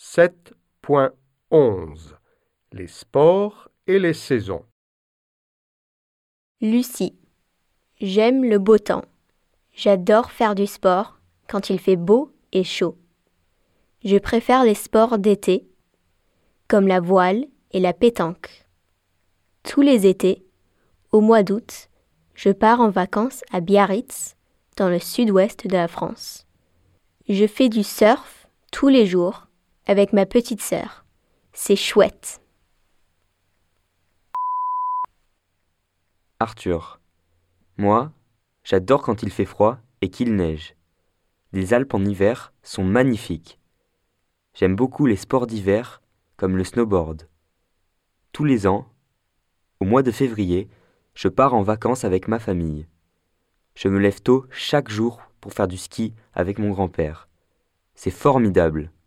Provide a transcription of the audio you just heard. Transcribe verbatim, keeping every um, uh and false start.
sept point onze. Les sports et les saisons. Lucie. J'aime le beau temps. J'adore faire du sport quand il fait beau et chaud. Je préfère les sports d'été, comme la voile et la pétanque. Tous les étés, au mois d'août, je pars en vacances à Biarritz, dans le sud-ouest de la France. Je fais du surf tous les jours avec ma petite sœur. C'est chouette. Arthur. Moi, j'adore quand il fait froid et qu'il neige. Les Alpes en hiver sont magnifiques. J'aime beaucoup les sports d'hiver comme le snowboard. Tous les ans, au mois de février, je pars en vacances avec ma famille. Je me lève tôt chaque jour pour faire du ski avec mon grand-père. C'est formidable.